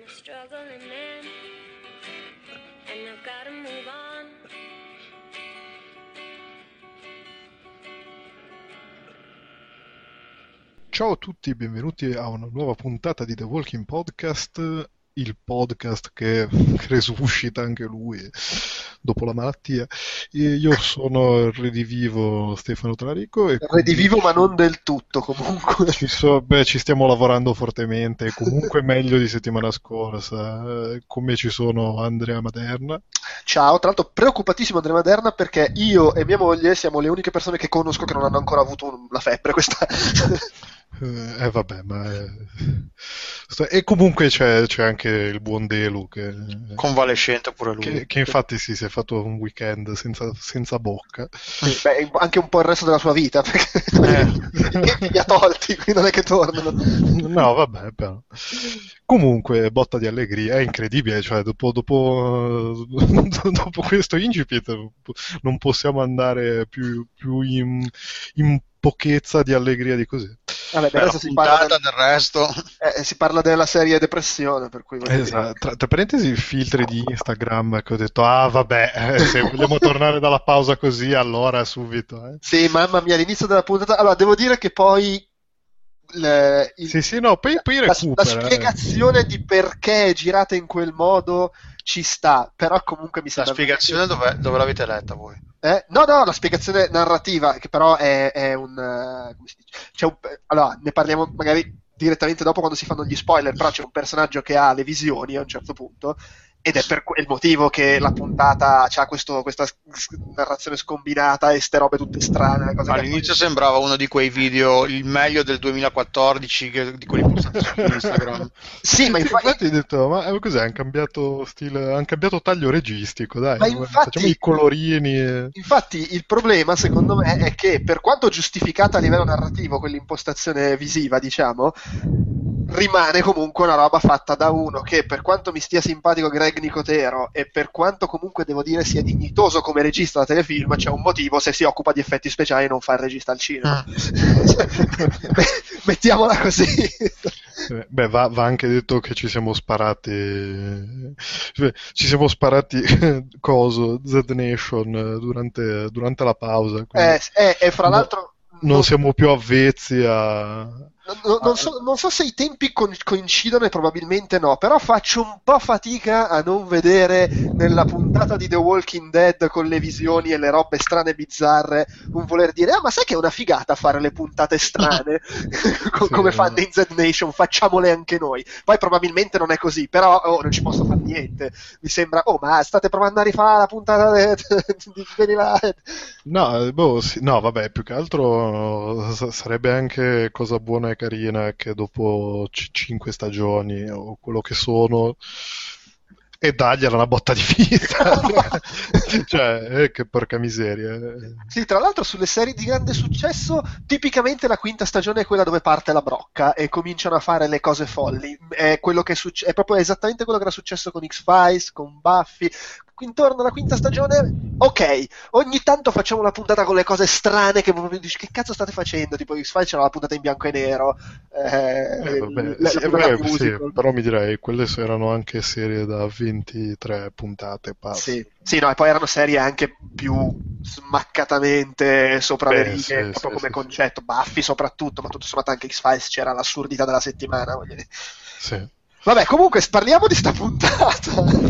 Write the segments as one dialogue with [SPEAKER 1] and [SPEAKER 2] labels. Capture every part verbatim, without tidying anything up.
[SPEAKER 1] a struggling man, and I've gotta move on.
[SPEAKER 2] Ciao a tutti, benvenuti a una nuova puntata di The Walking Podcast, il podcast che resuscita anche lui dopo la malattia. E io sono il redivivo Stefano Talarico e
[SPEAKER 3] redivivo ma non del tutto comunque.
[SPEAKER 2] Ci, so, beh, ci stiamo lavorando fortemente, comunque meglio di settimana scorsa. Come ci sono Andrea Maderna?
[SPEAKER 3] Ciao, tra l'altro preoccupatissimo Andrea Maderna perché io e mia moglie siamo le uniche persone che conosco che non hanno ancora avuto un, la febbre questa.
[SPEAKER 2] Eh vabbè, ma eh, e comunque c'è, c'è anche il buon Delu che
[SPEAKER 4] convalescente pure lui,
[SPEAKER 2] che, che infatti sì, si è fatto un weekend senza, senza bocca.
[SPEAKER 3] Beh, anche un po' il resto della sua vita perché eh. li ha tolti, quindi non è che tornano.
[SPEAKER 2] No, vabbè, però. Comunque botta di allegria, è incredibile, cioè dopo, dopo, dopo questo incipit non possiamo andare più, più in, in pochezza di allegria di così.
[SPEAKER 3] Vabbè,
[SPEAKER 4] Beh, adesso si parla del, del resto
[SPEAKER 3] eh, si parla della serie depressione, per cui
[SPEAKER 2] esatto. tra, tra parentesi i filtri di Instagram che ho detto ah vabbè eh, se vogliamo tornare dalla pausa così allora subito eh.
[SPEAKER 3] Sì, mamma mia, all'inizio della puntata allora devo dire che poi le, il,
[SPEAKER 2] sì sì no poi, poi
[SPEAKER 3] la,
[SPEAKER 2] recupera,
[SPEAKER 3] la spiegazione eh. di perché è girata in quel modo ci sta, però comunque mi sembra
[SPEAKER 4] la spiegazione dove, dove l'avete letta voi?
[SPEAKER 3] Eh? No, no, la spiegazione narrativa, che però è, è un, uh, come si dice? C'è un... Allora, ne parliamo magari direttamente dopo quando si fanno gli spoiler, però c'è un personaggio che ha le visioni a un certo punto, ed è per il motivo che la puntata ha questa narrazione scombinata e ste robe tutte strane. Cose
[SPEAKER 4] all'inizio
[SPEAKER 3] che...
[SPEAKER 4] sembrava uno di quei video, il meglio del duemilaquattordici, che, di quelli postati su Instagram.
[SPEAKER 3] Sì, ma infatti...
[SPEAKER 2] infatti ho detto, ma cos'è? Hanno cambiato stile, hanno cambiato taglio registico, dai,
[SPEAKER 3] ma infatti,
[SPEAKER 2] facciamo i colorini. E...
[SPEAKER 3] Infatti il problema, secondo me, è che per quanto giustificata a livello narrativo quell'impostazione visiva, diciamo, rimane comunque una roba fatta da uno che, per quanto mi stia simpatico Greg Nicotero e per quanto comunque devo dire sia dignitoso come regista da telefilm, c'è un motivo se si occupa di effetti speciali e non fa il regista al cinema. Mettiamola così.
[SPEAKER 2] Beh, va, va anche detto che ci siamo sparati ci siamo sparati coso Z Nation durante, durante la pausa,
[SPEAKER 3] eh, eh, e fra l'altro
[SPEAKER 2] non, non siamo più avvezzi a
[SPEAKER 3] Non, non, so, non so se i tempi coincidono e probabilmente no, però faccio un po' fatica a non vedere nella puntata di The Walking Dead con le visioni e le robe strane e bizzarre un voler dire ah ma sai che è una figata fare le puntate strane Co-
[SPEAKER 2] sì,
[SPEAKER 3] come fanno in Z Nation, facciamole anche noi. Poi probabilmente non è così, però oh, non ci posso fare niente, mi sembra oh ma state provando a rifare la puntata di veniva...
[SPEAKER 2] no, boh, sì, no vabbè, più che altro sarebbe anche cosa buona carina che dopo c- cinque stagioni o quello che sono e dargliela una botta di vita cioè eh, che porca miseria.
[SPEAKER 3] Sì, tra l'altro sulle serie di grande successo tipicamente la quinta stagione è quella dove parte la brocca e cominciano a fare le cose folli, è, quello che succe- è proprio esattamente quello che era successo con X-Files, con Buffy. Intorno alla quinta stagione, ok, ogni tanto facciamo una puntata con le cose strane che proprio dici che cazzo state facendo, tipo X-Files c'era la puntata in bianco e nero, eh,
[SPEAKER 2] eh, vabbè,
[SPEAKER 3] la,
[SPEAKER 2] sì,
[SPEAKER 3] la
[SPEAKER 2] beh, sì, però mi direi quelle erano anche serie da ventitré puntate passa.
[SPEAKER 3] Sì, sì, no, e poi erano serie anche più smaccatamente sopra
[SPEAKER 2] beh,
[SPEAKER 3] le righe,
[SPEAKER 2] sì,
[SPEAKER 3] proprio
[SPEAKER 2] sì,
[SPEAKER 3] come
[SPEAKER 2] sì,
[SPEAKER 3] concetto, sì. Buffy soprattutto, ma tutto sommato anche X-Files c'era l'assurdità della settimana, voglio dire.
[SPEAKER 2] Sì.
[SPEAKER 3] Vabbè, comunque parliamo di sta puntata.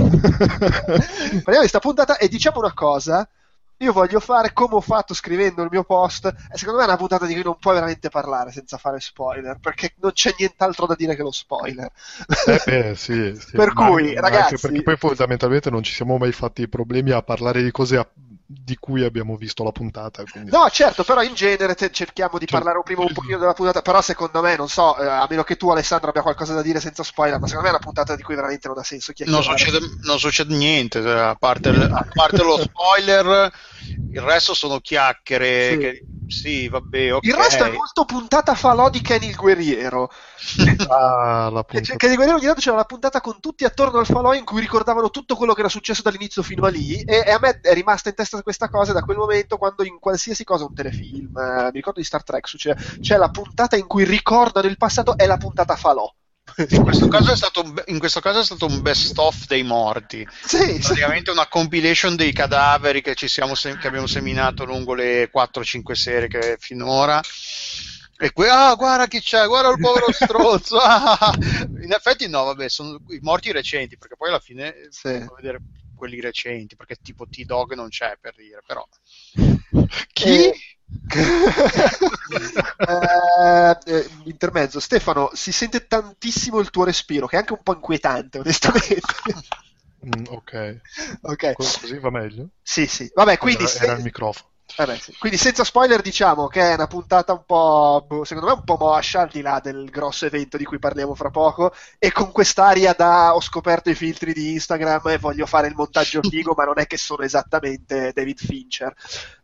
[SPEAKER 3] Parliamo di sta puntata e diciamo una cosa. Io voglio fare come ho fatto scrivendo il mio post, e secondo me è una puntata di cui non puoi veramente parlare senza fare spoiler, perché non c'è nient'altro da dire che lo spoiler.
[SPEAKER 2] Eh beh, sì, sì.
[SPEAKER 3] Per
[SPEAKER 2] ma,
[SPEAKER 3] cui,
[SPEAKER 2] ma
[SPEAKER 3] ragazzi...
[SPEAKER 2] Anche perché poi fondamentalmente non ci siamo mai fatti problemi a parlare di cose a... di cui abbiamo visto la puntata. Quindi...
[SPEAKER 3] No, certo, però in genere te- cerchiamo di
[SPEAKER 2] cioè...
[SPEAKER 3] parlare un prima un pochino della puntata, però secondo me, non so, eh, a meno che tu Alessandro abbia qualcosa da dire senza spoiler, ma secondo me è una puntata di cui veramente non ha senso
[SPEAKER 4] non succede, non succede niente, a parte, a parte lo spoiler, il resto sono chiacchiere,
[SPEAKER 3] sì.
[SPEAKER 4] Che, sì, vabbè, ok.
[SPEAKER 3] Il resto è molto puntata falò di Kenny il guerriero.
[SPEAKER 2] Ah, la puntata.
[SPEAKER 3] Kenny il guerriero ogni tanto c'era la puntata con tutti attorno al falò in cui ricordavano tutto quello che era successo dall'inizio fino a lì, e, e a me è rimasta in testa questa cosa da quel momento, quando in qualsiasi cosa, un telefilm, eh, mi ricordo di Star Trek, succede, c'è la puntata in cui ricordano il passato, è la puntata falò.
[SPEAKER 4] In questo caso è stato un, be- in questo caso è stato un best of dei morti.
[SPEAKER 3] Sì,
[SPEAKER 4] Praticamente una compilation dei cadaveri che ci siamo sem- che abbiamo seminato lungo le quattro cinque serie che finora. E qui, ah, guarda chi c'è, guarda il povero stronzo. Ah! In effetti, no, vabbè, sono i morti recenti, perché poi alla fine
[SPEAKER 3] sì.
[SPEAKER 4] devo vedere quelli recenti, perché tipo T-Dog non c'è, per dire, però.
[SPEAKER 2] Chi?
[SPEAKER 3] Eh, eh, eh, intermezzo, Stefano, si sente tantissimo il tuo respiro, che è anche un po' inquietante, onestamente.
[SPEAKER 2] Mm, ok.
[SPEAKER 3] Ok.
[SPEAKER 2] Co- Così va meglio?
[SPEAKER 3] Sì, sì. Vabbè, quindi
[SPEAKER 2] Era,
[SPEAKER 3] se-
[SPEAKER 2] era il microfono.
[SPEAKER 3] Vabbè, sì. Quindi senza spoiler diciamo che è una puntata un po', boh, secondo me un po' moscia, al di là del grosso evento di cui parliamo fra poco, e con quest'aria da ho scoperto i filtri di Instagram e voglio fare il montaggio figo, ma non è che sono esattamente David Fincher.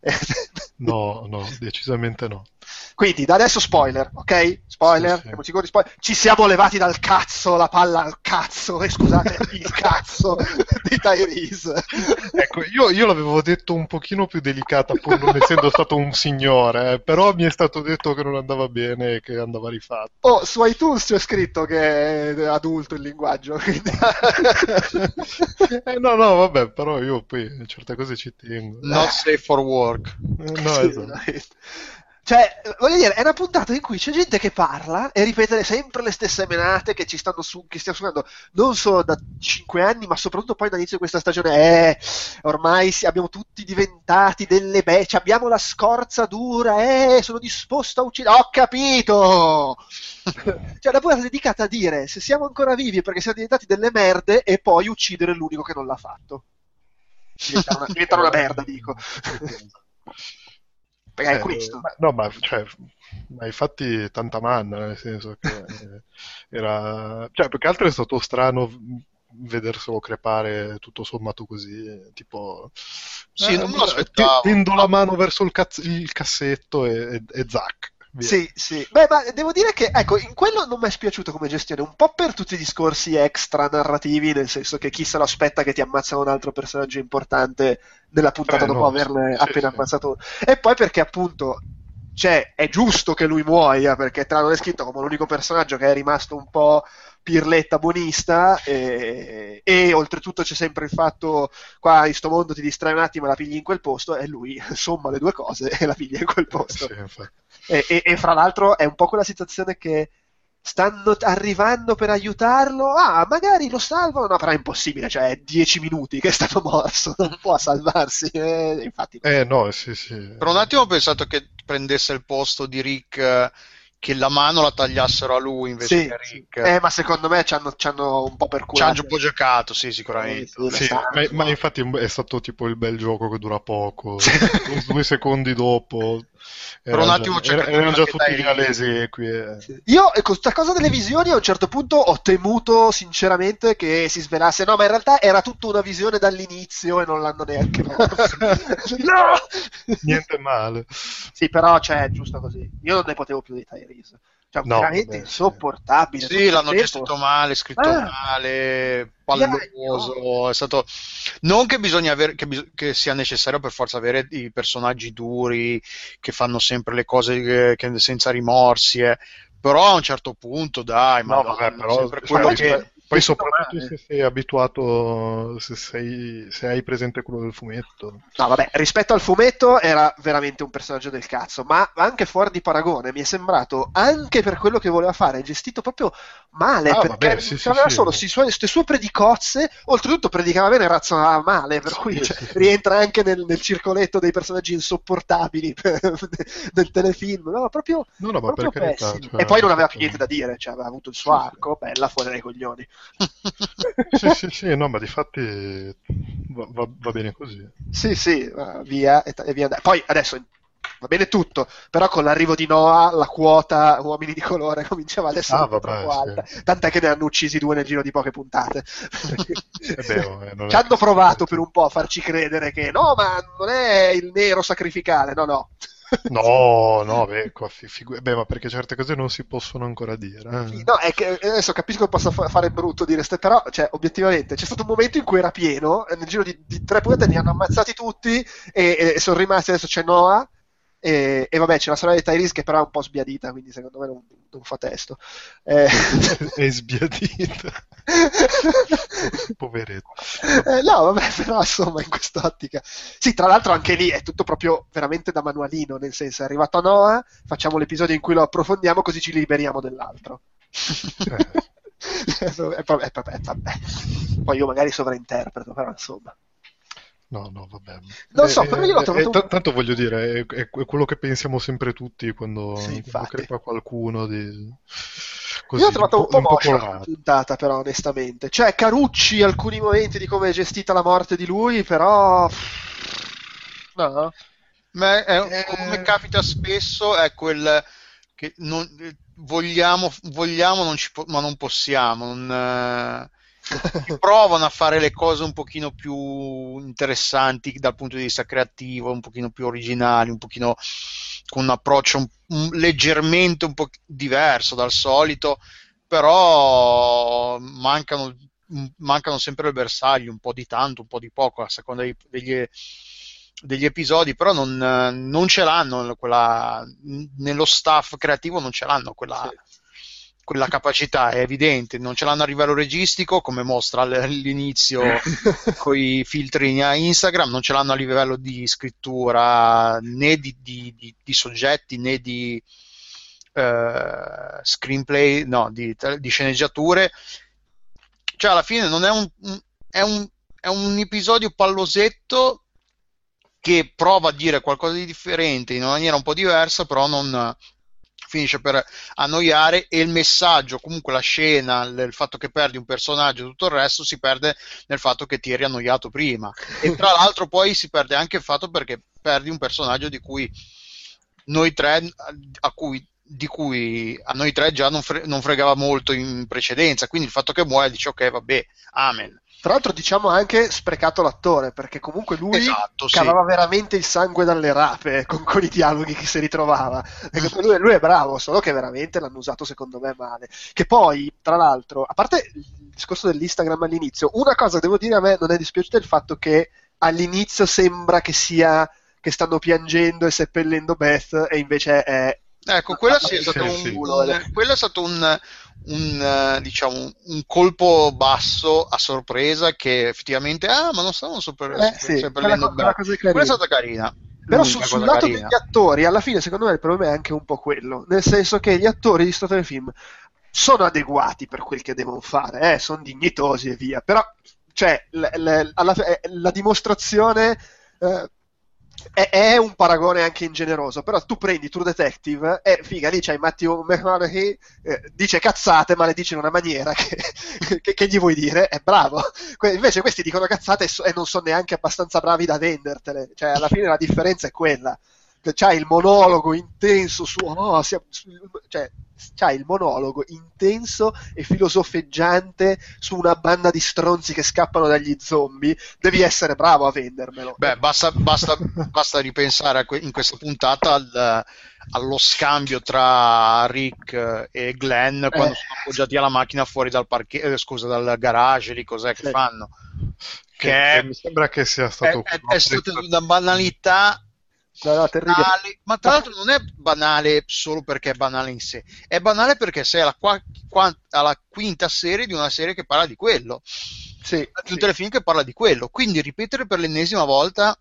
[SPEAKER 2] No, no, decisamente no.
[SPEAKER 3] Quindi da adesso spoiler, ok? Spoiler,
[SPEAKER 2] Sì, sì.
[SPEAKER 3] siamo sicuri, spoiler. Ci siamo levati dal cazzo, la palla al cazzo, e scusate, il cazzo di Tyrese.
[SPEAKER 2] Ecco, io, io l'avevo detto un pochino più delicata, pur non essendo stato un signore, eh, però mi è stato detto che non andava bene e che andava rifatto.
[SPEAKER 3] Oh, su iTunes c'è scritto che è adulto il linguaggio. Quindi...
[SPEAKER 2] Eh, no, no, vabbè, però io poi a certe cose ci tengo.
[SPEAKER 4] Not safe for work.
[SPEAKER 2] Eh, no,
[SPEAKER 3] Sì,
[SPEAKER 2] esatto.
[SPEAKER 3] veramente. Cioè, voglio dire, è una puntata in cui c'è gente che parla e ripete sempre le stesse menate che ci stanno su, che stiamo suonando non solo da cinque anni, ma soprattutto poi dall'inizio di questa stagione. Eh, ormai si- abbiamo tutti diventati delle bestie, abbiamo la scorza dura, eh, sono disposto a uccidere. Ho capito! Cioè, la puntata è dedicata a dire se siamo ancora vivi perché siamo diventati delle merde e poi uccidere l'unico che non l'ha fatto. Diventa una, diventa una merda, dico. Perché è
[SPEAKER 2] Eh,
[SPEAKER 3] questo.
[SPEAKER 2] ma- no, ma, cioè, ma infatti tanta manna, nel senso che eh, era... Cioè, più che altro è stato strano v- vederselo crepare tutto sommato così, eh, tipo...
[SPEAKER 4] Sì,
[SPEAKER 2] eh,
[SPEAKER 4] non me lo aspettavo.
[SPEAKER 2] te- Tendo la mano verso il, cazz- il cassetto e, e, e zac. via.
[SPEAKER 3] Sì, sì. Beh, ma devo dire che, ecco, in quello non mi è spiaciuto come gestione, un po' per tutti i discorsi extra narrativi, nel senso che chi se lo aspetta che ti ammazzano un altro personaggio importante nella puntata
[SPEAKER 2] Eh,
[SPEAKER 3] dopo
[SPEAKER 2] no,
[SPEAKER 3] averne
[SPEAKER 2] sì,
[SPEAKER 3] appena
[SPEAKER 2] sì.
[SPEAKER 3] ammazzato uno. E poi perché appunto, cioè, è giusto che lui muoia, perché te l'hanno descritto come l'unico personaggio che è rimasto un po' pirletta buonista, e, e oltretutto c'è sempre il fatto, qua in sto mondo ti distrai un attimo e la pigli in quel posto, e lui somma le due cose e la piglia in quel posto.
[SPEAKER 2] Sì, infatti.
[SPEAKER 3] E, e- e fra l'altro è un po' quella situazione che stanno arrivando per aiutarlo, ah, magari lo salvano, no, però è impossibile, cioè è dieci minuti che è stato morso, non può salvarsi, eh, infatti.
[SPEAKER 2] Eh no, sì, sì.
[SPEAKER 4] Per un attimo ho pensato che prendesse il posto di Rick, eh, che la mano la tagliassero a lui invece
[SPEAKER 3] Sì,
[SPEAKER 4] che a
[SPEAKER 3] sì.
[SPEAKER 4] Rick.
[SPEAKER 3] Eh, ma secondo me ci hanno, ci hanno un po'
[SPEAKER 4] Ci
[SPEAKER 3] perculato.
[SPEAKER 4] hanno un po' giocato, sì, sicuramente.
[SPEAKER 3] Sì,
[SPEAKER 2] Sì,
[SPEAKER 3] sa-
[SPEAKER 2] ma, ma infatti è stato tipo il bel gioco che dura poco, due secondi dopo
[SPEAKER 4] Per un
[SPEAKER 2] erano
[SPEAKER 4] attimo
[SPEAKER 2] già,
[SPEAKER 4] c'è
[SPEAKER 2] er-
[SPEAKER 4] capito
[SPEAKER 2] erano già
[SPEAKER 4] che
[SPEAKER 2] tutti
[SPEAKER 3] eh.
[SPEAKER 4] dai-
[SPEAKER 2] lì alle equi.
[SPEAKER 3] Sì. Io con questa cosa delle visioni a un certo punto ho temuto sinceramente che si svelasse, no, ma in realtà era tutta una visione dall'inizio e non l'hanno neanche morso. No!
[SPEAKER 2] Niente male.
[SPEAKER 3] Sì, però cioè, è giusto così. Io non ne potevo più di Tyrese. Cioè,
[SPEAKER 2] No,
[SPEAKER 3] veramente
[SPEAKER 2] vabbè, sì.
[SPEAKER 3] insopportabile. tutto
[SPEAKER 4] Sì,
[SPEAKER 3] il
[SPEAKER 4] l'hanno
[SPEAKER 3] tempo.
[SPEAKER 4] gestito male, scritto
[SPEAKER 3] Ah.
[SPEAKER 4] male, palloso. È stato non che bisogna avere che, bis- che sia necessario per forza avere i personaggi duri che fanno sempre le cose che- che senza rimorsi, eh. Però a un certo punto, dai, ma
[SPEAKER 2] No, vabbè, però
[SPEAKER 4] sempre
[SPEAKER 2] cioè,
[SPEAKER 4] quello
[SPEAKER 3] poi-
[SPEAKER 4] che
[SPEAKER 2] poi
[SPEAKER 3] Questo
[SPEAKER 2] soprattutto
[SPEAKER 3] male.
[SPEAKER 2] se sei abituato, se, sei, se hai presente quello del fumetto.
[SPEAKER 3] No, vabbè, rispetto al fumetto era veramente un personaggio del cazzo, ma anche fuori di paragone mi è sembrato, anche per quello che voleva fare, gestito proprio male,
[SPEAKER 2] Ah,
[SPEAKER 3] perché
[SPEAKER 2] vabbè, sì, sì,
[SPEAKER 3] aveva
[SPEAKER 2] sì.
[SPEAKER 3] solo queste sue, ste sue predicozze, oltretutto predicava bene e razzolava male, per
[SPEAKER 2] Sì,
[SPEAKER 3] cui cioè,
[SPEAKER 2] sì, sì.
[SPEAKER 3] rientra anche nel, nel circoletto dei personaggi insopportabili del telefilm, no, proprio,
[SPEAKER 2] No, no, ma
[SPEAKER 3] proprio
[SPEAKER 2] per carità.
[SPEAKER 3] pessimo.
[SPEAKER 2] cioè,
[SPEAKER 3] E poi non aveva più
[SPEAKER 2] sì,
[SPEAKER 3] niente da dire, cioè aveva avuto il suo
[SPEAKER 2] Sì, sì.
[SPEAKER 3] arco, bella fuori dai coglioni.
[SPEAKER 2] Sì, sì, sì, no, ma di fatti va, va- va bene così.
[SPEAKER 3] Sì, sì, va via e, e via. andare. Poi adesso va bene tutto, però con l'arrivo di Noah la quota uomini di colore cominciava ad essere
[SPEAKER 2] Ah,
[SPEAKER 3] un po'
[SPEAKER 2] vabbè,
[SPEAKER 3] troppo
[SPEAKER 2] sì.
[SPEAKER 3] alta, tant'è che ne hanno uccisi due nel giro di poche puntate.
[SPEAKER 2] Eh beh, oh, eh, non è
[SPEAKER 3] Ci hanno
[SPEAKER 2] che-
[SPEAKER 3] provato per un po' a farci credere che no, ma non è il nero sacrificale, no, no.
[SPEAKER 2] No, no, beh, qua fi- figu- beh, ma perché certe cose non si possono ancora dire. eh.
[SPEAKER 3] Sì, no, è che adesso capisco che possa fa- fare brutto dire ste, però, cioè, obiettivamente c'è stato un momento in cui era pieno, e nel giro di, di tre puntate li hanno ammazzati tutti e, e sono rimasti, adesso c'è Noah, E, e vabbè, c'è la storia di Tyrese che però è un po' sbiadita, quindi secondo me non, non fa testo. Eh...
[SPEAKER 2] È sbiadita. Poveretto.
[SPEAKER 3] Eh, no, vabbè, però insomma, in quest'ottica. Sì, tra l'altro anche lì è tutto proprio veramente da manualino, nel senso è arrivato a Noah, facciamo l'episodio in cui lo approfondiamo così ci liberiamo dell'altro. Eh, vabbè, vabbè, vabbè. Poi io magari sovrainterpreto, però insomma.
[SPEAKER 2] No, no, vabbè.
[SPEAKER 3] Non so,
[SPEAKER 2] Eh,
[SPEAKER 3] però io l'ho
[SPEAKER 2] eh,
[SPEAKER 3] trovato
[SPEAKER 2] eh,
[SPEAKER 3] un-
[SPEAKER 2] t- tanto voglio dire, è, è quello che pensiamo sempre tutti quando,
[SPEAKER 3] Sì,
[SPEAKER 2] quando
[SPEAKER 3] infatti.
[SPEAKER 2] crepa qualcuno di... così,
[SPEAKER 3] Io l'ho trovato un po' moscia la
[SPEAKER 2] impopolare.
[SPEAKER 3] puntata, però, onestamente. Cioè, Carucci, alcuni momenti di come è gestita la morte di lui, però... No.
[SPEAKER 4] Ma è-
[SPEAKER 2] Eh.
[SPEAKER 4] come capita spesso, è quel che non, vogliamo, vogliamo non ci po- ma non possiamo. Non, eh, provano a fare le cose un pochino più interessanti dal punto di vista creativo, un pochino più originali, un pochino con un approccio un- un- leggermente un po' diverso dal solito, però mancano, mancano sempre il bersaglio, un po' di tanto, un po' di poco, a seconda dei- degli, degli episodi, però non, non ce l'hanno quella, nello staff creativo non ce l'hanno quella, quella capacità, è evidente, non ce l'hanno a livello registico come mostra all- all'inizio con i filtri in Instagram, non ce l'hanno a livello di scrittura né di, di- di- di soggetti né di eh, screenplay, no, di, di sceneggiature. Cioè alla fine non è un, un- è un, è un episodio pallosetto che prova a dire qualcosa di differente in una maniera un po' diversa, però non finisce per annoiare, e il messaggio, comunque la scena, l- il fatto che perdi un personaggio e tutto il resto si perde nel fatto che ti eri annoiato prima, e tra l'altro poi si perde anche il fatto perché perdi un personaggio di cui noi tre a cui di cui a noi tre già non, fre- non fregava molto in precedenza, quindi il fatto che muoia dice ok, vabbè, amen.
[SPEAKER 3] Tra l'altro diciamo anche sprecato l'attore, perché comunque lui
[SPEAKER 4] Esatto, sì.
[SPEAKER 3] cavava veramente il sangue dalle rape con, con i dialoghi che si ritrovava. Perché poi lui, lui è bravo, solo che veramente l'hanno usato secondo me male. Che poi, tra l'altro, a parte il discorso dell'Instagram all'inizio, una cosa devo dire, a me non è dispiaciuta il fatto che all'inizio sembra che sia che stanno piangendo e seppellendo Beth e invece è...
[SPEAKER 4] Ecco, quello sì, è
[SPEAKER 2] Sì,
[SPEAKER 4] stato
[SPEAKER 2] sì.
[SPEAKER 4] un, un- quello è stato un, un, eh, diciamo, un colpo basso a sorpresa, che effettivamente, ah, ma non stavano super,
[SPEAKER 3] Eh, sì,
[SPEAKER 4] seppellendo
[SPEAKER 3] quella co- quella
[SPEAKER 4] Beth.
[SPEAKER 3] cosa è
[SPEAKER 4] Quella è
[SPEAKER 3] carina.
[SPEAKER 4] stata carina.
[SPEAKER 3] Però
[SPEAKER 4] L'unica
[SPEAKER 3] su- sul
[SPEAKER 4] cosa
[SPEAKER 3] lato
[SPEAKER 4] carina.
[SPEAKER 3] degli attori, alla fine secondo me il problema è anche un po' quello, nel senso che gli attori di sto telefilm sono adeguati per quel che devono fare, eh, sono dignitosi e via, però cioè, l- l- alla fi- eh, la dimostrazione eh, è, è un paragone anche ingeneroso, però tu prendi True Detective e figa, lì c'hai Matthew McConaughey, eh, dice cazzate ma le dice in una maniera che, che, che gli vuoi dire, è bravo. Que- invece questi dicono cazzate e, so- e non sono neanche abbastanza bravi da vendertele, cioè alla fine la differenza è quella. C'hai il monologo intenso su, oh, siamo- su- cioè, c'hai il monologo intenso e filosofeggiante su una banda di stronzi che scappano dagli zombie, devi essere bravo a vendermelo.
[SPEAKER 4] Beh, basta, basta, basta ripensare a que- in questa puntata al- allo scambio tra Rick e Glenn quando
[SPEAKER 3] Eh.
[SPEAKER 4] sono appoggiati alla macchina fuori dal parcheggio, scusa, dal garage, lì cos'è che
[SPEAKER 3] Sì.
[SPEAKER 4] fanno?
[SPEAKER 2] Che,
[SPEAKER 4] Che è,
[SPEAKER 2] che mi sembra che sia
[SPEAKER 4] è,
[SPEAKER 2] stato
[SPEAKER 4] è, è stata una banalità.
[SPEAKER 3] No, no, terribile.
[SPEAKER 4] Banale, ma tra l'altro non è banale solo perché è banale in sé, è banale perché sei alla, qua- qua- alla quinta serie di una serie che parla di quello,
[SPEAKER 3] Sì,
[SPEAKER 4] di un
[SPEAKER 3] sì.
[SPEAKER 4] telefilm che parla di quello, quindi ripetere per l'ennesima volta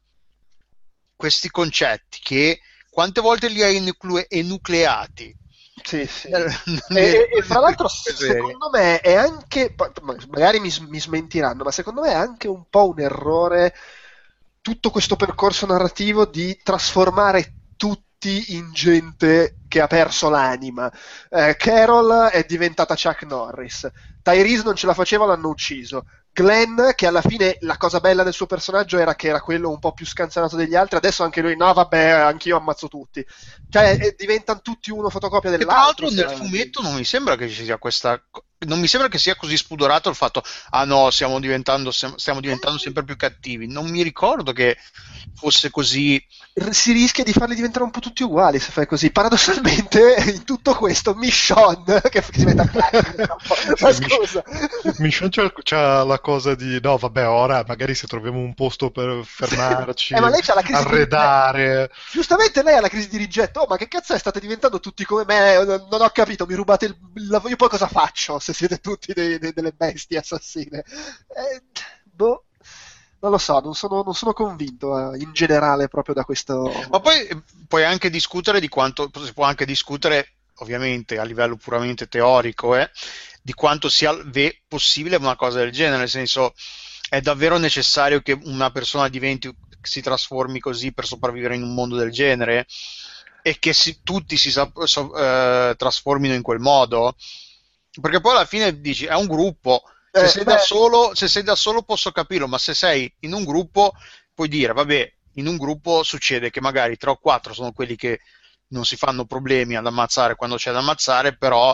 [SPEAKER 4] questi concetti che quante volte li hai enucle- enucleati.
[SPEAKER 3] Sì, sì.
[SPEAKER 4] Non
[SPEAKER 3] E,
[SPEAKER 4] è-
[SPEAKER 3] e- e fra l'altro
[SPEAKER 4] serie.
[SPEAKER 3] secondo me è anche, poi, magari mi, mi smentiranno, ma secondo me è anche un po' un errore tutto questo percorso narrativo di trasformare tutti in gente che ha perso l'anima. Eh, Carol è diventata Chuck Norris, Tyrese non ce la faceva, l'hanno ucciso. Glenn, che alla fine la cosa bella del suo personaggio era che era quello un po' più scanzonato degli altri, adesso anche lui, no vabbè, anch'io ammazzo tutti. Cioè, eh, diventano tutti uno fotocopia
[SPEAKER 4] Che tra
[SPEAKER 3] dell'altro.
[SPEAKER 4] l'altro
[SPEAKER 3] se
[SPEAKER 4] nel
[SPEAKER 3] vai avanti.
[SPEAKER 4] fumetto non mi sembra che ci sia questa, non mi sembra che sia così spudorato il fatto, ah no, stiamo diventando, stiamo diventando sempre più cattivi. Non mi ricordo che fosse così.
[SPEAKER 3] Si rischia di farli diventare un po' tutti uguali se fai così. Paradossalmente, in tutto questo, Michonne, che si mette a classe, ma scusa.
[SPEAKER 2] Michonne c'ha, c'ha la cosa di, no, vabbè, ora magari se troviamo un posto per fermarci,
[SPEAKER 3] eh, ma lei c'ha la crisi
[SPEAKER 2] arredare.
[SPEAKER 3] Di... Giustamente lei ha la crisi di rigetto. Oh, ma che cazzo è? State diventando tutti come me? Non ho capito, mi rubate il lavoro. Io poi cosa faccio se siete tutti dei, dei, delle bestie assassine? Eh, boh. Non lo so, non sono, non sono convinto eh, in generale proprio da questo.
[SPEAKER 4] Ma poi puoi anche discutere di quanto, si può anche discutere, ovviamente a livello puramente teorico, eh, di quanto sia ve- possibile una cosa del genere, nel senso, è davvero necessario che una persona diventi, si trasformi così per sopravvivere in un mondo del genere e che si, tutti si so, eh, trasformino in quel modo? Perché poi alla fine dici, è un gruppo. Se,
[SPEAKER 3] Eh,
[SPEAKER 4] sei
[SPEAKER 3] beh,
[SPEAKER 4] da solo, se sei da solo posso capirlo, ma se sei in un gruppo puoi dire, vabbè, in un gruppo succede che magari tre o quattro sono quelli che non si fanno problemi ad ammazzare quando c'è da ammazzare, però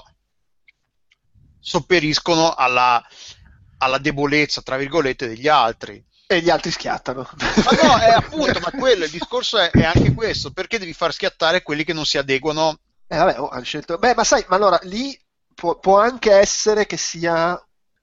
[SPEAKER 4] sopperiscono alla, alla debolezza, tra virgolette, degli altri.
[SPEAKER 3] E gli altri schiattano.
[SPEAKER 4] Ma no, è appunto, ma quello, il discorso è, è anche questo, perché devi far schiattare quelli che non si adeguano?
[SPEAKER 3] Eh vabbè, oh, hanno scelto. Beh, ma sai, ma allora lì può, può anche essere che sia.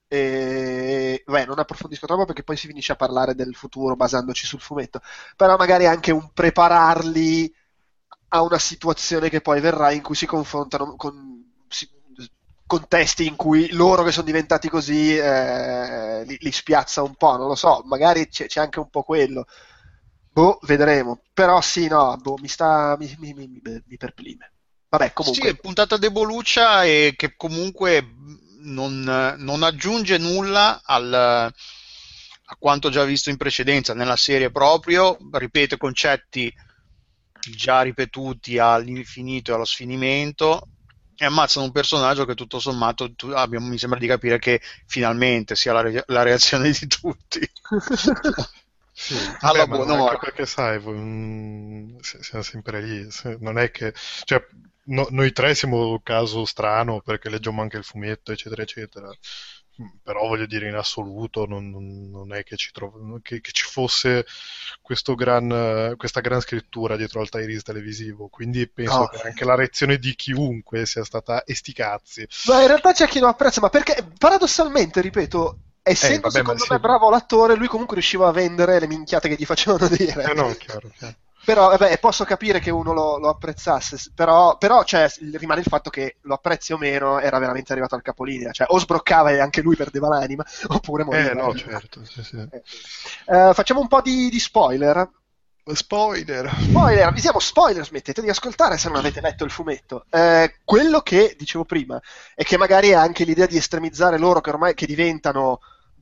[SPEAKER 3] Eh, beh, non approfondisco troppo perché poi si finisce a parlare del futuro basandoci sul fumetto. Però magari anche un prepararli a una situazione che poi verrà in cui si confrontano con si, contesti in cui loro che sono diventati così eh, li, li spiazza un po', non lo so, magari c'è, c'è anche un po' quello. Boh, vedremo. Però sì, no, boh, mi sta mi, mi, mi, mi, mi perplime. Vabbè, comunque.
[SPEAKER 4] Sì, è puntata deboluccia e che comunque non, non aggiunge nulla al, a quanto già visto in precedenza nella serie proprio, ripete concetti già ripetuti all'infinito e allo sfinimento e ammazzano un personaggio che tutto sommato tu, abbiamo, mi sembra di capire che finalmente sia la, re, la reazione di tutti.
[SPEAKER 2] Sì,
[SPEAKER 4] alla
[SPEAKER 2] beh,
[SPEAKER 4] buona
[SPEAKER 2] ma anche
[SPEAKER 4] ora.
[SPEAKER 2] perché sai, mh, siamo sempre lì, se- non è che, cioè, no- noi tre siamo un caso strano perché leggiamo anche il fumetto, eccetera, eccetera. Mm, Però voglio dire, in assoluto non, non- non è che ci, trov- che, che ci fosse questo gran, eh, questa gran scrittura dietro al tie televisivo, quindi penso
[SPEAKER 3] No.
[SPEAKER 2] che anche la reazione di chiunque sia stata e sti cazzi.
[SPEAKER 3] Ma in realtà c'è chi lo apprezza, ma perché paradossalmente, ripeto, essendo
[SPEAKER 2] Eh, vabbè,
[SPEAKER 3] secondo
[SPEAKER 2] ma
[SPEAKER 3] me
[SPEAKER 2] sì.
[SPEAKER 3] bravo l'attore, lui comunque riusciva a vendere le minchiate che gli facevano dire.
[SPEAKER 2] Eh no, chiaro, chiaro.
[SPEAKER 3] Però, vabbè, posso capire che uno lo, lo apprezzasse, s- però, però cioè, s- rimane il fatto che lo apprezzi o meno, era veramente arrivato al capolinea, cioè o sbroccava e anche lui perdeva l'anima, oppure moriva.
[SPEAKER 2] Eh no, certo, sì, sì.
[SPEAKER 3] Eh, eh, facciamo un po' di, di spoiler.
[SPEAKER 2] Spoiler!
[SPEAKER 3] Spoiler, avvisiamo spoiler, smettete di ascoltare se non avete letto il fumetto. Eh, quello che dicevo prima è che magari è anche l'idea di estremizzare loro che ormai che diventano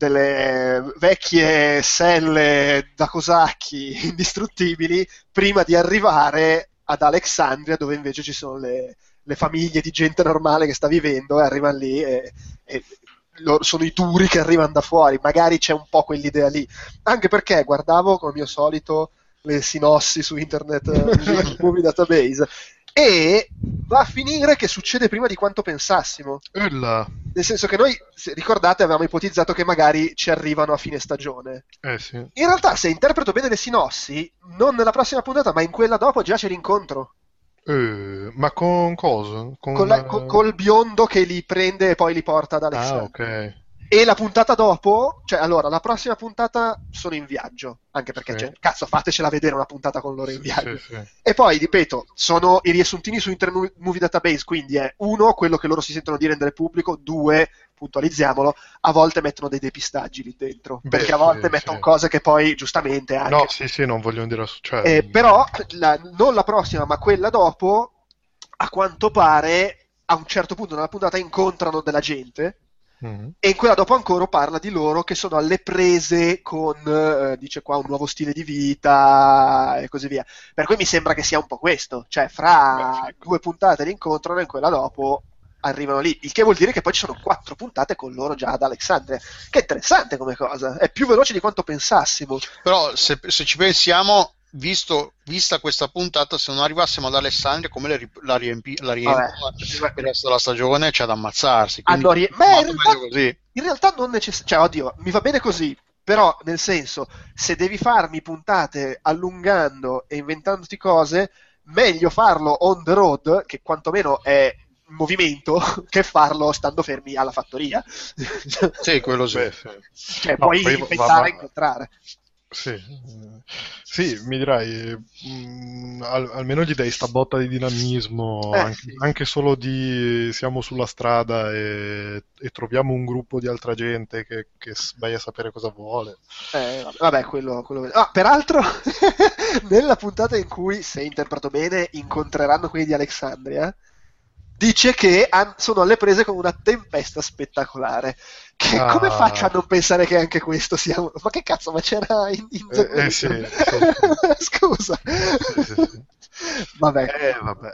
[SPEAKER 3] delle vecchie selle da cosacchi indistruttibili prima di arrivare ad Alexandria dove invece ci sono le, le famiglie di gente normale che sta vivendo e arrivano lì e, e loro sono i duri che arrivano da fuori. Magari c'è un po' quell'idea lì, anche perché guardavo come mio solito le sinossi su internet eh, Movie Database e va a finire che succede prima di quanto pensassimo,
[SPEAKER 2] Ulla.
[SPEAKER 3] nel senso che noi, se ricordate, avevamo ipotizzato che magari ci arrivano a fine stagione.
[SPEAKER 2] Eh sì.
[SPEAKER 3] In realtà, se interpreto bene le sinossi, non nella prossima puntata ma in quella dopo già c'è l'incontro
[SPEAKER 2] Eh, ma con cosa? Con,
[SPEAKER 3] con la- co- col biondo che li prende e poi li porta ad
[SPEAKER 2] Ah,
[SPEAKER 3] Alexandria.
[SPEAKER 2] ok.
[SPEAKER 3] E la puntata dopo, cioè allora, la prossima puntata sono in viaggio, anche perché,
[SPEAKER 2] Sì.
[SPEAKER 3] cioè, cazzo, fatecela vedere una puntata con loro in
[SPEAKER 2] Sì,
[SPEAKER 3] viaggio.
[SPEAKER 2] sì, sì.
[SPEAKER 3] E poi, ripeto, sono i riassuntini su Internet Movie Database, quindi è uno, quello che loro si sentono di rendere pubblico, due, puntualizziamolo, a volte mettono dei depistaggi lì dentro,
[SPEAKER 2] Beh,
[SPEAKER 3] perché a volte
[SPEAKER 2] sì,
[SPEAKER 3] mettono
[SPEAKER 2] sì.
[SPEAKER 3] cose che poi, giustamente, anche...
[SPEAKER 2] No, sì, sì, non voglio dire... ass- Cioè,
[SPEAKER 3] Eh, però, la- non la prossima, ma quella dopo, a quanto pare, a un certo punto nella puntata incontrano della gente,
[SPEAKER 2] mhm.
[SPEAKER 3] e in quella dopo ancora parla di loro che sono alle prese con, eh, dice qua, un nuovo stile di vita e così via. Per cui mi sembra che sia un po' questo, cioè fra
[SPEAKER 2] Beh, sì.
[SPEAKER 3] due puntate li incontrano e in quella dopo arrivano lì, il che vuol dire che poi ci sono quattro puntate con loro già ad Alexandria, che è interessante come cosa, è più veloce di quanto pensassimo.
[SPEAKER 4] Però se, se ci pensiamo, visto, vista questa puntata, se non arrivassimo ad Alessandria, come le ri- la, riempi- la riempiono il resto della stagione, c'è da ammazzarsi. Quindi,
[SPEAKER 3] Hanno rie- Beh, in
[SPEAKER 4] meglio
[SPEAKER 3] realtà,
[SPEAKER 4] così.
[SPEAKER 3] in realtà non necessariamente, cioè, oddio, mi va bene così, però nel senso, se devi farmi puntate allungando e inventandoti cose, meglio farlo on the road, che quantomeno è in movimento, che farlo stando fermi alla fattoria.
[SPEAKER 4] Sì, quello sì.
[SPEAKER 2] Beh, sì.
[SPEAKER 3] Cioè,
[SPEAKER 2] No,
[SPEAKER 3] puoi
[SPEAKER 2] poi va-
[SPEAKER 3] inventare
[SPEAKER 2] va-
[SPEAKER 3] e incontrare.
[SPEAKER 2] Sì, eh, sì, mi dirai, mm, al- almeno gli dai sta botta di dinamismo,
[SPEAKER 3] Eh,
[SPEAKER 2] anche,
[SPEAKER 3] sì.
[SPEAKER 2] anche solo di siamo sulla strada e, e troviamo un gruppo di altra gente che, che s- vai a sapere cosa vuole.
[SPEAKER 3] Eh, vabbè, vabbè, quello, quello... Ah, peraltro, nella puntata in cui, se interpreto bene, incontreranno quelli di Alexandria, dice che han- sono alle prese con una tempesta spettacolare. Che
[SPEAKER 2] Ah.
[SPEAKER 3] come faccio a non pensare che anche questo sia... un- Ma che cazzo, ma c'era in, in The
[SPEAKER 2] Eh, eh, sì,
[SPEAKER 3] Witcher? Scusa.
[SPEAKER 2] Sì, sì, sì.
[SPEAKER 3] Vabbè.
[SPEAKER 2] Eh, vabbè.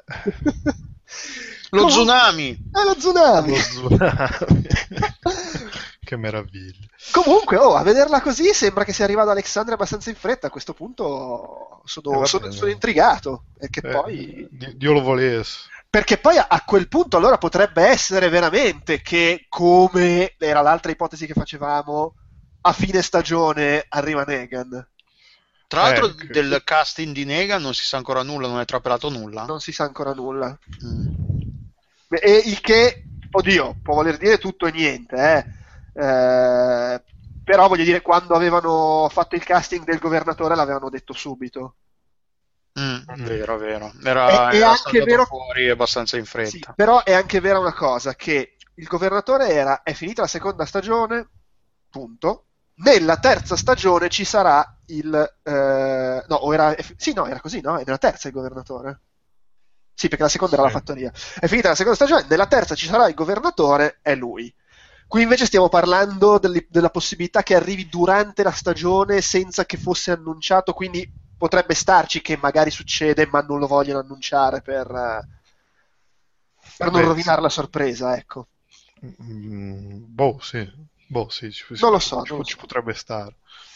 [SPEAKER 4] Lo
[SPEAKER 3] Comunque-
[SPEAKER 4] tsunami!
[SPEAKER 3] È lo tsunami.
[SPEAKER 2] Lo tsunami. Che meraviglia.
[SPEAKER 3] Comunque, oh, a vederla così sembra che sia arrivato Alexandria abbastanza in fretta. A questo punto sono,
[SPEAKER 2] Eh, va
[SPEAKER 3] sono-
[SPEAKER 2] bene.
[SPEAKER 3] sono intrigato. E che
[SPEAKER 2] Eh,
[SPEAKER 3] poi...
[SPEAKER 2] Di- Dio lo volesse.
[SPEAKER 3] Perché poi a, a quel punto allora potrebbe essere veramente che, come era l'altra ipotesi che facevamo, a fine stagione arriva Negan.
[SPEAKER 4] Tra l'altro,
[SPEAKER 2] Eh, che-
[SPEAKER 4] del casting di Negan non si sa ancora nulla, non è trapelato nulla.
[SPEAKER 3] Non si sa ancora nulla.
[SPEAKER 4] Mm.
[SPEAKER 3] E il che, oddio, può voler dire tutto e niente, eh. Eh, però voglio dire, quando avevano fatto il casting del governatore l'avevano detto subito.
[SPEAKER 4] Mm, vero, vero. Era,
[SPEAKER 3] È- è
[SPEAKER 4] era
[SPEAKER 3] anche
[SPEAKER 4] saltato
[SPEAKER 3] vero-
[SPEAKER 4] fuori abbastanza in fretta.
[SPEAKER 3] Sì, però è anche vera una cosa, che il governatore era, è finita la seconda stagione, punto. Nella terza stagione ci sarà il... eh, no, o era... è fi- sì, no, era così, no? È nella terza il governatore. Sì, perché la seconda era la
[SPEAKER 2] Sì.
[SPEAKER 3] fattoria. È finita la seconda stagione, nella terza ci sarà il governatore, è lui. Qui invece stiamo parlando delle- della possibilità che arrivi durante la stagione senza che fosse annunciato, quindi potrebbe starci che magari succede ma non lo vogliono annunciare per, eh, per non
[SPEAKER 2] Beh,
[SPEAKER 3] rovinare
[SPEAKER 2] sì.
[SPEAKER 3] la sorpresa, ecco.
[SPEAKER 2] Mm, boh, sì. Boh, sì, ci,
[SPEAKER 3] Non lo so,
[SPEAKER 2] ci,
[SPEAKER 3] non lo
[SPEAKER 2] ci
[SPEAKER 3] so.
[SPEAKER 2] potrebbe stare.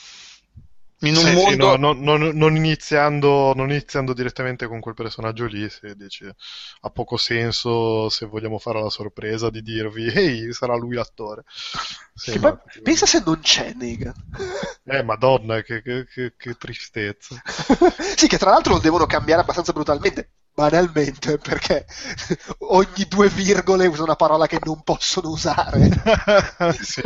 [SPEAKER 4] In un
[SPEAKER 2] Sì, sì,
[SPEAKER 4] mondo...
[SPEAKER 2] no, no, non, non iniziando, non iniziando direttamente con quel personaggio lì, se dici, ha poco senso se vogliamo fare la sorpresa di dirvi, ehi, sarà lui l'attore. Sì,
[SPEAKER 3] Che
[SPEAKER 2] no,
[SPEAKER 3] poi- pensa se non c'è Negan.
[SPEAKER 2] Eh, madonna, che, che- che- che tristezza.
[SPEAKER 3] Sì, che tra l'altro lo devono cambiare abbastanza brutalmente, banalmente, perché ogni due virgole usa una parola che non possono usare.
[SPEAKER 2] Sì.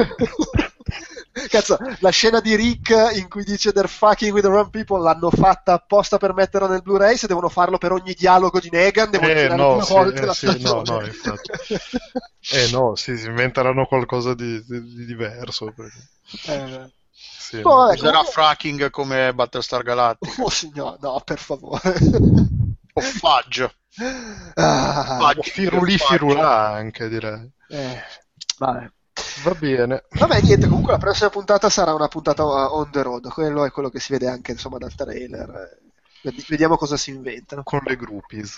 [SPEAKER 3] Cazzo, la scena di Rick in cui dice they're fucking with the wrong people l'hanno fatta apposta per metterla nel Blu-ray, se devono farlo per ogni dialogo di Negan devono
[SPEAKER 2] Eh,
[SPEAKER 3] girare
[SPEAKER 2] no,
[SPEAKER 3] due
[SPEAKER 2] sì,
[SPEAKER 3] volte
[SPEAKER 2] eh,
[SPEAKER 3] la
[SPEAKER 2] sì, no,
[SPEAKER 3] stagione.
[SPEAKER 2] no, infatti. Eh no, sì, si inventeranno qualcosa di, di- di diverso. perché-
[SPEAKER 3] Eh,
[SPEAKER 2] sì,
[SPEAKER 3] No, vabbè,
[SPEAKER 4] Userà
[SPEAKER 3] comunque-
[SPEAKER 4] fracking come Battlestar Galactica.
[SPEAKER 3] oh signor, no, per favore.
[SPEAKER 4] O Fudge.
[SPEAKER 3] Ah,
[SPEAKER 4] Fudge.
[SPEAKER 2] o firuli firulà anche, direi.
[SPEAKER 3] eh, vabbè.
[SPEAKER 2] Va bene.
[SPEAKER 3] Vabbè, niente, comunque la prossima puntata sarà una puntata on the road, quello è quello che si vede anche insomma dal trailer. Vedi- Vediamo cosa si inventano.
[SPEAKER 2] Con le groupies.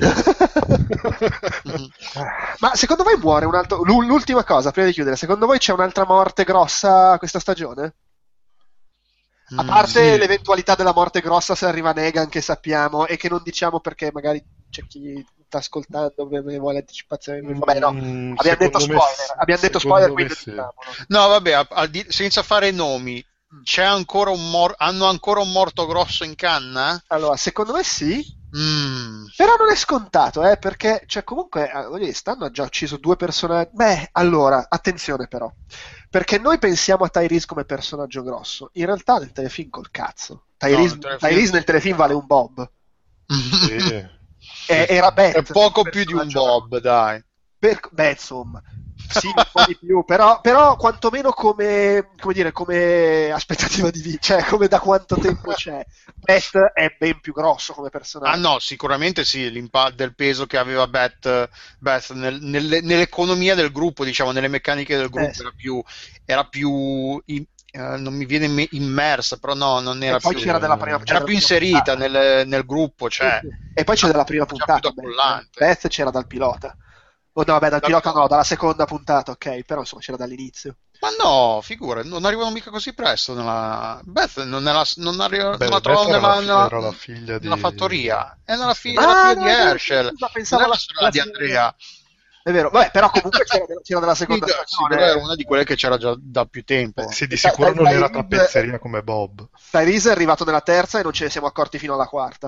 [SPEAKER 3] Ma secondo voi muore un altro... l'u- L'ultima cosa, prima di chiudere, secondo voi c'è un'altra morte grossa questa stagione? A
[SPEAKER 4] Mm,
[SPEAKER 3] parte
[SPEAKER 2] sì.
[SPEAKER 3] l'eventualità della morte grossa se arriva Negan, che sappiamo, e che non diciamo perché magari c'è chi sta ascoltando e vuole anticipazioni. Vabbè, no,
[SPEAKER 2] Mm,
[SPEAKER 3] abbiamo detto
[SPEAKER 2] secondo me
[SPEAKER 3] spoiler,
[SPEAKER 2] sì.
[SPEAKER 3] abbiamo detto
[SPEAKER 2] Secondo
[SPEAKER 3] spoiler,
[SPEAKER 2] me
[SPEAKER 3] quindi
[SPEAKER 2] sì.
[SPEAKER 3] diciamolo.
[SPEAKER 4] No, vabbè, a- al di- senza fare nomi, c'è ancora un mor- hanno ancora un morto grosso in canna?
[SPEAKER 3] Allora, secondo me sì,
[SPEAKER 4] Mm.
[SPEAKER 3] però non è scontato, eh, perché cioè, comunque eh, voglio dire, stanno ha già ucciso due personaggi. Beh, allora, attenzione però, perché noi pensiamo a Tyrese come personaggio grosso, in realtà nel telefilm col cazzo. Tyrese,
[SPEAKER 4] nel telefilm-
[SPEAKER 3] Tyrese nel telefilm vale un Bob.
[SPEAKER 2] Sì.
[SPEAKER 3] E- era Beth,
[SPEAKER 4] È poco
[SPEAKER 3] il
[SPEAKER 4] più di un
[SPEAKER 3] personaggio-
[SPEAKER 4] Bob, dai.
[SPEAKER 3] Per- beh, insomma, sì, un po' di più, però, però quantomeno come, come dire, come aspettativa di vita, cioè come da quanto tempo c'è. Beth è ben più grosso come personaggio.
[SPEAKER 4] Ah no, sicuramente sì, l'impatto del peso che aveva Beth, Beth nel- nelle- nell'economia del gruppo, diciamo, nelle meccaniche del gruppo,
[SPEAKER 3] Eh, sì.
[SPEAKER 4] era più, era più in- eh, non mi viene me- immersa, però no, non era
[SPEAKER 3] E poi
[SPEAKER 4] più,
[SPEAKER 3] c'era della prima, c'era
[SPEAKER 4] era
[SPEAKER 3] della
[SPEAKER 4] più
[SPEAKER 3] prima
[SPEAKER 4] inserita
[SPEAKER 3] puntata.
[SPEAKER 4] nel, nel gruppo, cioè,
[SPEAKER 3] Sì, sì. E poi c'è della prima
[SPEAKER 4] già
[SPEAKER 3] puntata.
[SPEAKER 4] più da
[SPEAKER 3] Beth.
[SPEAKER 4] collante.
[SPEAKER 3] Beth c'era dal pilota. Oh, no, vabbè, dal
[SPEAKER 4] Dal-
[SPEAKER 3] pilota no, dalla seconda puntata, ok, però insomma c'era dall'inizio.
[SPEAKER 4] Ma no, figura, non arrivano mica così presto nella... Beth non, nella... non, arriva...
[SPEAKER 2] Beh,
[SPEAKER 4] non la
[SPEAKER 2] Beth
[SPEAKER 4] trovano
[SPEAKER 2] era
[SPEAKER 4] nella...
[SPEAKER 2] la, fi-
[SPEAKER 4] nella...
[SPEAKER 2] era la figlia di...
[SPEAKER 4] nella fattoria. È nella
[SPEAKER 2] Sì,
[SPEAKER 4] fi-
[SPEAKER 2] sì.
[SPEAKER 4] è la
[SPEAKER 3] Ah,
[SPEAKER 4] figlia
[SPEAKER 3] no,
[SPEAKER 4] di
[SPEAKER 3] è vero,
[SPEAKER 4] Herschel,
[SPEAKER 3] scusa,
[SPEAKER 4] non
[SPEAKER 3] pensavo
[SPEAKER 4] è
[SPEAKER 3] alla
[SPEAKER 4] la sorella di
[SPEAKER 3] seconda.
[SPEAKER 4] Andrea.
[SPEAKER 3] È vero, vabbè, però comunque c'era, c'era della
[SPEAKER 4] Sì,
[SPEAKER 3] seconda
[SPEAKER 4] da- sì, però
[SPEAKER 3] stagione.
[SPEAKER 4] era una di quelle che c'era già da più
[SPEAKER 2] Beh,
[SPEAKER 4] tempo.
[SPEAKER 2] sì, di
[SPEAKER 3] E Ty-
[SPEAKER 2] sicuro
[SPEAKER 3] Ty-
[SPEAKER 2] non era
[SPEAKER 3] Tyrese
[SPEAKER 2] tappezzeria come Bob.
[SPEAKER 3] Tyrese è arrivato nella terza e non ce ne siamo accorti fino alla quarta.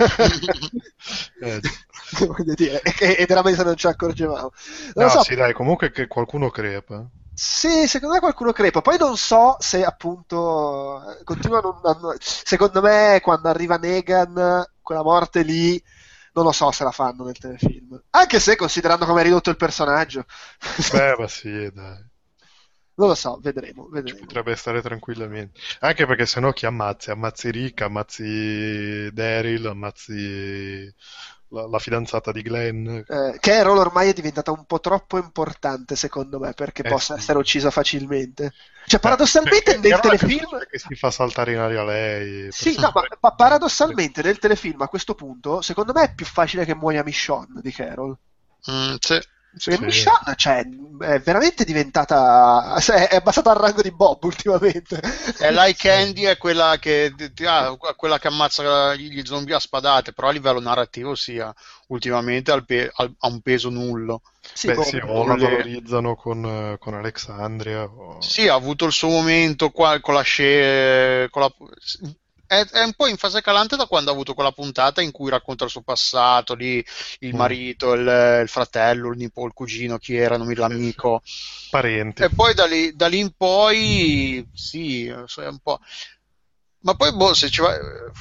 [SPEAKER 2] Eh,
[SPEAKER 3] Voglio dire, e, che- e veramente non ci accorgevamo. Non lo
[SPEAKER 2] no,
[SPEAKER 3] so,
[SPEAKER 2] sì, dai, comunque che qualcuno crepa.
[SPEAKER 3] sì, secondo me qualcuno crepa. Poi non so se appunto eh, continuano. a non- Secondo me, quando arriva Negan, quella morte lì, non lo so se la fanno nel telefilm. Anche se, considerando come è ridotto il personaggio,
[SPEAKER 2] Beh, ma sì, dai.
[SPEAKER 3] non lo so, vedremo.
[SPEAKER 2] Ci
[SPEAKER 3] vedremo.
[SPEAKER 2] potrebbe stare tranquillamente. Anche perché sennò chi ammazzi? Ammazzi Rick, ammazzi Daryl, ammazzi la, la fidanzata di Glenn.
[SPEAKER 3] Eh, Carol ormai è diventata un po' troppo importante, secondo me, perché
[SPEAKER 2] Eh,
[SPEAKER 3] possa
[SPEAKER 2] sì.
[SPEAKER 3] essere uccisa facilmente. Cioè,
[SPEAKER 2] Beh,
[SPEAKER 3] paradossalmente
[SPEAKER 2] perché
[SPEAKER 3] nel
[SPEAKER 2] era una
[SPEAKER 3] telefilm.
[SPEAKER 2] persona che si fa saltare in aria lei.
[SPEAKER 3] Sì,
[SPEAKER 2] per
[SPEAKER 3] no, ma,
[SPEAKER 2] sempre.
[SPEAKER 3] ma paradossalmente nel telefilm a questo punto, secondo me è più facile che muoia Michonne di Carol.
[SPEAKER 4] Mm, sì.
[SPEAKER 3] Perché
[SPEAKER 2] Sì.
[SPEAKER 3] Michonne, cioè, è veramente diventata. È, è passata al rango di Bob ultimamente.
[SPEAKER 4] E Like Candy è quella che, ah, quella che ammazza gli zombie a spadate, però a livello narrativo sia ultimamente al pe- al- ha un peso nullo.
[SPEAKER 3] Sì,
[SPEAKER 2] Beh,
[SPEAKER 3] boh,
[SPEAKER 2] sì, o la
[SPEAKER 4] le-
[SPEAKER 2] valorizzano con, eh, con Alexandria. O...
[SPEAKER 4] Sì, ha avuto il suo momento qua con la scie, con la- è, è un po' in fase calante da quando ha avuto quella puntata in cui racconta il suo passato, lì il
[SPEAKER 2] Mm.
[SPEAKER 4] marito, il, il fratello, il nipote, il cugino, chi era, non mi l'amico.
[SPEAKER 2] Parenti.
[SPEAKER 4] E poi da lì, da lì in poi, sì, è un po'. Ma poi, boh, se ci va.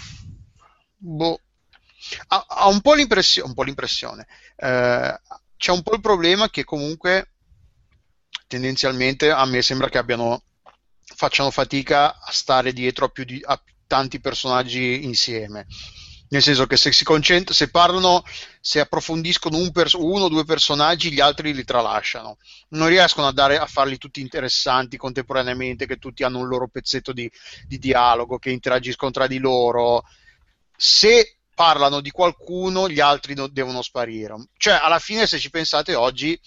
[SPEAKER 4] Boh, ha, ha un po' l'impressione, un po' l'impressione. Eh, c'è un po' il problema che comunque tendenzialmente a me sembra che abbiano facciano fatica a stare dietro a più di a tanti personaggi insieme. Nel senso che se si concentrano, se parlano, se approfondiscono un pers- uno o due personaggi, gli altri li tralasciano. Non riescono a, dare, a farli tutti interessanti contemporaneamente, che tutti hanno un loro pezzetto di, di dialogo, che interagiscono tra di loro. Se parlano di qualcuno, gli altri no- devono sparire. Cioè, alla fine, se ci pensate, oggi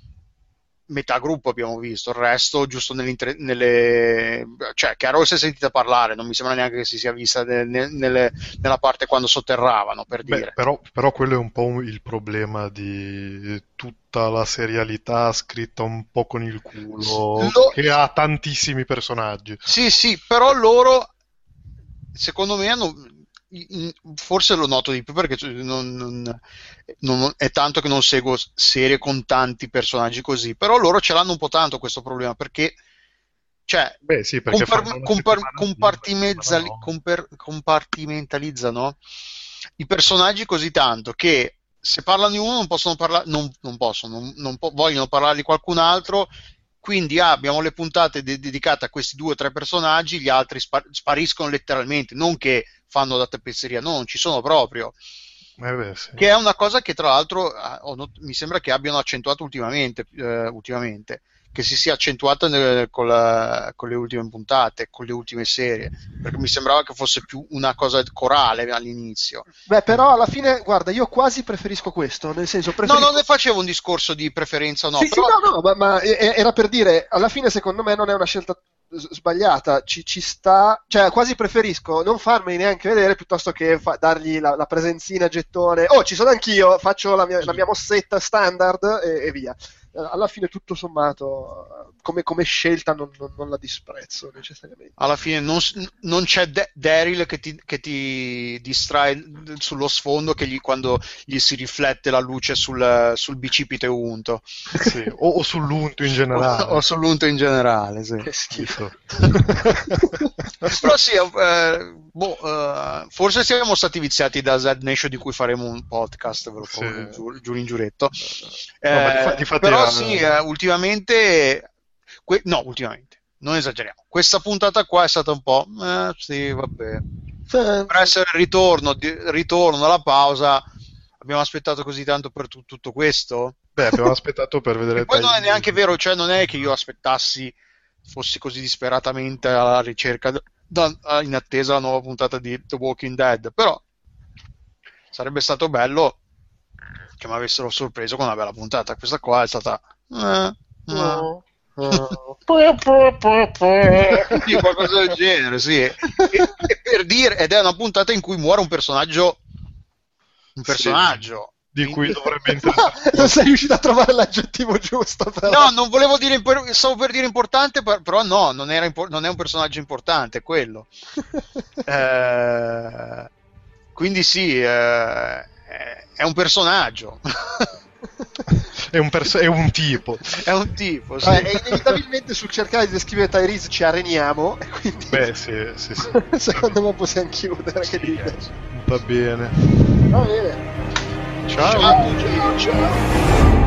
[SPEAKER 4] metà gruppo abbiamo visto, il resto giusto nell'inter- nelle cioè Carol si è sentita parlare, non mi sembra neanche che si sia vista ne- ne- nelle- nella parte quando sotterravano, per
[SPEAKER 2] Beh,
[SPEAKER 4] dire.
[SPEAKER 2] però, però quello è un po' un- il problema di tutta la serialità scritta un po' con il culo,
[SPEAKER 4] Lo-
[SPEAKER 2] che ha tantissimi personaggi.
[SPEAKER 4] Sì, sì, però loro secondo me hanno in- forse lo noto di più perché cioè, non, non- non- è tanto che non seguo serie con tanti personaggi così, però loro ce l'hanno un po' tanto questo problema perché cioè
[SPEAKER 2] Beh, sì, perché
[SPEAKER 4] compar-
[SPEAKER 2] fanno una
[SPEAKER 4] compar-
[SPEAKER 2] settimana sì, una
[SPEAKER 4] compartimezzali-
[SPEAKER 2] settimana no.
[SPEAKER 4] compar- compartimentalizzano i personaggi così tanto che se parlano di uno non possono parlare, non, non possono, non, non po- vogliono parlare di qualcun altro, quindi ah, abbiamo le puntate de- dedicate a questi due o tre personaggi, gli altri spar- spariscono letteralmente, non che fanno da tappezzeria, no, non ci sono proprio.
[SPEAKER 2] Eh beh, sì.
[SPEAKER 4] Che è una cosa che tra l'altro ah, ho not- mi sembra che abbiano accentuato ultimamente, eh, ultimamente che si sia accentuata nel- con, la- con le ultime puntate, con le ultime serie, perché mi sembrava che fosse più una cosa corale all'inizio.
[SPEAKER 3] Beh, però alla fine, guarda, io quasi preferisco questo, nel senso
[SPEAKER 4] No,
[SPEAKER 3] preferisco.
[SPEAKER 4] non ne facevo un discorso di preferenza o no,
[SPEAKER 3] Sì,
[SPEAKER 4] però
[SPEAKER 3] sì, no, no, ma, ma e- era per dire, alla fine secondo me non è una scelta s- sbagliata, ci, ci sta, cioè quasi preferisco non farmeli neanche vedere piuttosto che fa- dargli la, la presenzina, gettone, oh ci sono anch'io, faccio la mia, la mia mossetta standard e, e via. Eh, Alla fine tutto sommato, eh, come, come scelta non, non- non la disprezzo necessariamente.
[SPEAKER 4] alla fine non, s- non c'è De- Daryl che ti, che ti distrae sullo sfondo che gli, quando gli si riflette la luce sul, sul bicipite unto
[SPEAKER 2] Sì, o, o sull'unto in generale.
[SPEAKER 4] o, o sull'unto in generale, sì.
[SPEAKER 3] Che schifo.
[SPEAKER 4] Però sì, eh, boh, eh, forse siamo stati viziati da Z Nation di cui faremo un podcast, ve lo
[SPEAKER 2] Sì.
[SPEAKER 4] pongo giù, giù in giuretto.
[SPEAKER 2] No, ma
[SPEAKER 4] Eh,
[SPEAKER 2] difa- difatti
[SPEAKER 4] però
[SPEAKER 2] era-
[SPEAKER 4] sì, eh, ultimamente, que- no, ultimamente, non esageriamo. Questa puntata qua è stata un po', eh, sì, vabbè.
[SPEAKER 3] Eh,
[SPEAKER 4] Per essere il ritorno, di- ritorno dalla pausa, abbiamo aspettato così tanto per tu- tutto questo?
[SPEAKER 2] Beh, abbiamo aspettato per vedere
[SPEAKER 4] E poi non è
[SPEAKER 2] Tagli-
[SPEAKER 4] neanche vero, cioè non è che io aspettassi, fossi così disperatamente alla ricerca, d- da- in attesa la nuova puntata di The Walking Dead, però sarebbe stato bello che mi avessero sorpreso con una bella puntata. Questa qua è stata... eh, eh.
[SPEAKER 3] no.
[SPEAKER 4] Sì, qualcosa del genere, sì. E, e per dire, ed è una puntata in cui muore un personaggio, un personaggio
[SPEAKER 2] di cui dovrebbe
[SPEAKER 3] No,
[SPEAKER 2] interessare.
[SPEAKER 3] non sei riuscito a trovare l'aggettivo giusto, però.
[SPEAKER 4] No, non volevo dire impo- stavo per dire importante, per- però no, non, era impo- non è un personaggio importante, è quello. Eh, quindi sì, eh, è un personaggio.
[SPEAKER 2] È un, perso- è un tipo.
[SPEAKER 4] È un tipo, sì.
[SPEAKER 3] Vabbè, e inevitabilmente sul cercare di descrivere Tyrese ci areniamo, e quindi
[SPEAKER 2] Beh, sì, sì, sì.
[SPEAKER 3] secondo me possiamo chiudere. Che dite?
[SPEAKER 2] Va bene.
[SPEAKER 3] Va bene.
[SPEAKER 2] Ciao.
[SPEAKER 3] Ciao, ciao, ciao.